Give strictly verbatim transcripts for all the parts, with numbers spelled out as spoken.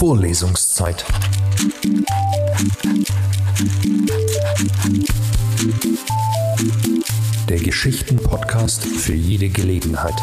Vorlesungszeit. Der Geschichten-Podcast für jede Gelegenheit.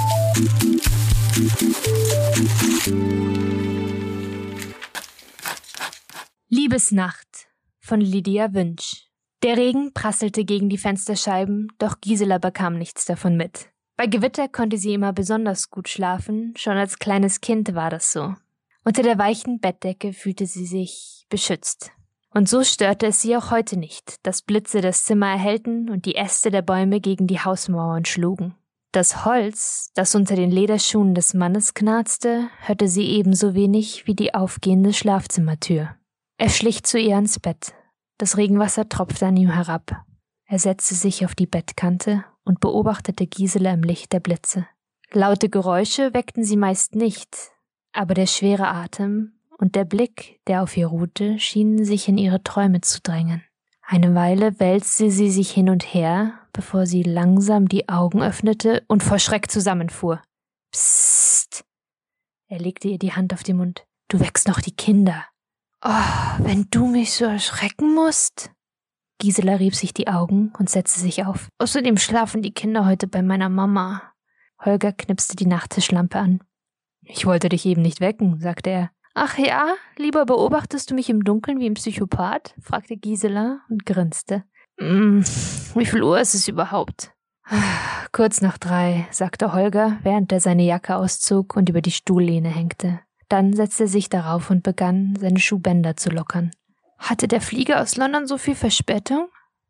Liebesnacht von Lydia Wünsch. Der Regen prasselte gegen die Fensterscheiben, doch Gisela bekam nichts davon mit. Bei Gewitter konnte sie immer besonders gut schlafen, schon als kleines Kind war das so. Unter der weichen Bettdecke fühlte sie sich beschützt. Und so störte es sie auch heute nicht, dass Blitze das Zimmer erhellten und die Äste der Bäume gegen die Hausmauern schlugen. Das Holz, das unter den Lederschuhen des Mannes knarzte, hörte sie ebenso wenig wie die aufgehende Schlafzimmertür. Er schlich zu ihr ans Bett. Das Regenwasser tropfte an ihm herab. Er setzte sich auf die Bettkante und beobachtete Gisela im Licht der Blitze. Laute Geräusche weckten sie meist nicht, aber der schwere Atem und der Blick, der auf ihr ruhte, schienen sich in ihre Träume zu drängen. Eine Weile wälzte sie sich hin und her, bevor sie langsam die Augen öffnete und vor Schreck zusammenfuhr. Psst! Er legte ihr die Hand auf den Mund. Du weckst noch die Kinder. Oh, wenn du mich so erschrecken musst. Gisela rieb sich die Augen und setzte sich auf. Außerdem schlafen die Kinder heute bei meiner Mama. Holger knipste die Nachttischlampe an. Ich wollte dich eben nicht wecken, sagte er. Ach ja, lieber beobachtest du mich im Dunkeln wie ein Psychopath? Fragte Gisela und grinste. Mm, wie viel Uhr ist es überhaupt? Kurz nach drei, sagte Holger, während er seine Jacke auszog und über die Stuhllehne hängte. Dann setzte er sich darauf und begann, seine Schuhbänder zu lockern. Hatte der Flieger aus London so viel Verspätung?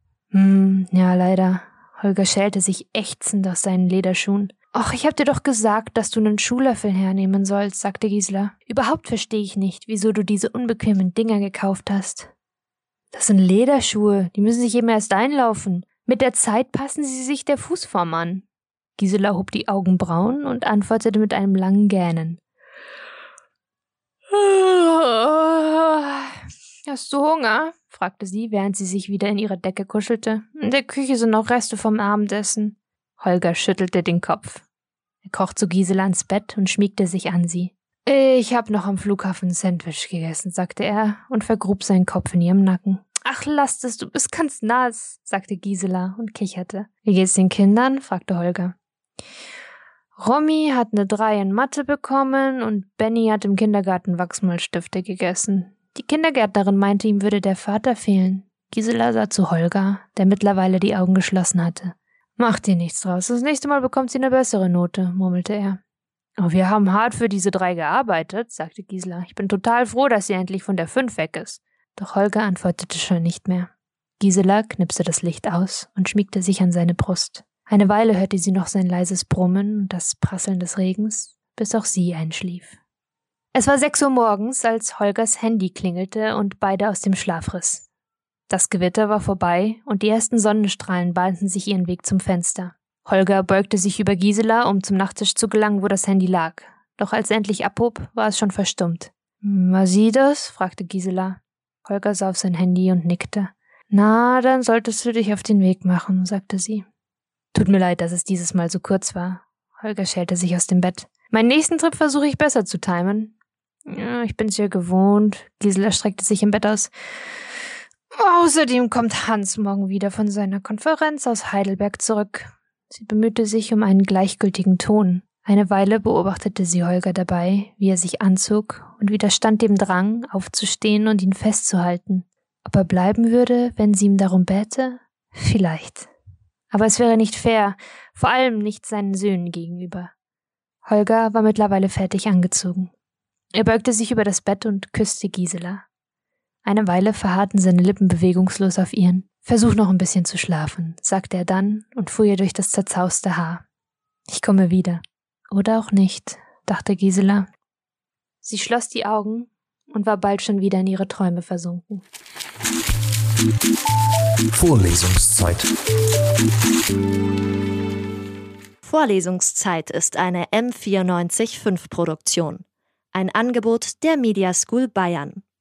Hm, ja, leider. Holger schälte sich ächzend aus seinen Lederschuhen. »Ach, ich hab dir doch gesagt, dass du einen Schuhlöffel hernehmen sollst«, sagte Gisela. »Überhaupt verstehe ich nicht, wieso du diese unbequemen Dinger gekauft hast.« »Das sind Lederschuhe, die müssen sich eben erst einlaufen. Mit der Zeit passen sie sich der Fußform an.« Gisela hob die Augenbrauen und antwortete mit einem langen Gähnen. »Hast du Hunger?« fragte sie, während sie sich wieder in ihre Decke kuschelte. »In der Küche sind noch Reste vom Abendessen.« Holger schüttelte den Kopf. Er kroch zu Gisela ins Bett und schmiegte sich an sie. »Ich hab noch am Flughafen ein Sandwich gegessen«, sagte er und vergrub seinen Kopf in ihrem Nacken. »Ach, lass das, du bist ganz nass«, sagte Gisela und kicherte. »Wie geht's den Kindern?« fragte Holger. »Romy hat eine drei in Mathe bekommen und Benny hat im Kindergarten Wachsmalstifte gegessen. Die Kindergärtnerin meinte, ihm würde der Vater fehlen.« Gisela sah zu Holger, der mittlerweile die Augen geschlossen hatte. »Mach dir nichts draus, das nächste Mal bekommt sie eine bessere Note«, murmelte er. »Oh, wir haben hart für diese drei gearbeitet«, sagte Gisela. »Ich bin total froh, dass sie endlich von der fünf weg ist.« Doch Holger antwortete schon nicht mehr. Gisela knipste das Licht aus und schmiegte sich an seine Brust. Eine Weile hörte sie noch sein leises Brummen und das Prasseln des Regens, bis auch sie einschlief. Es war sechs Uhr morgens, als Holgers Handy klingelte und beide aus dem Schlaf riss. Das Gewitter war vorbei und die ersten Sonnenstrahlen bahnten sich ihren Weg zum Fenster. Holger beugte sich über Gisela, um zum Nachttisch zu gelangen, wo das Handy lag. Doch als er endlich abhob, war es schon verstummt. »Was sieht das?« fragte Gisela. Holger sah auf sein Handy und nickte. »Na, dann solltest du dich auf den Weg machen«, sagte sie. »Tut mir leid, dass es dieses Mal so kurz war.« Holger schälte sich aus dem Bett. »Meinen nächsten Trip versuche ich besser zu timen.« »Ja, ich bin's ja gewohnt.« Gisela streckte sich im Bett aus. »Außerdem kommt Hans morgen wieder von seiner Konferenz aus Heidelberg zurück.« Sie bemühte sich um einen gleichgültigen Ton. Eine Weile beobachtete sie Holger dabei, wie er sich anzog und widerstand dem Drang, aufzustehen und ihn festzuhalten. Ob er bleiben würde, wenn sie ihm darum bäte? Vielleicht. Aber es wäre nicht fair, vor allem nicht seinen Söhnen gegenüber. Holger war mittlerweile fertig angezogen. Er beugte sich über das Bett und küsste Gisela. Eine Weile verharrten seine Lippen bewegungslos auf ihren. »Versuch noch ein bisschen zu schlafen«, sagte er dann und fuhr ihr durch das zerzauste Haar. »Ich komme wieder.« »Oder auch nicht«, dachte Gisela. Sie schloss die Augen und war bald schon wieder in ihre Träume versunken. Vorlesungszeit. Vorlesungszeit ist eine M vierundneunzig Komma fünf Produktion. Ein Angebot der Media School Bayern.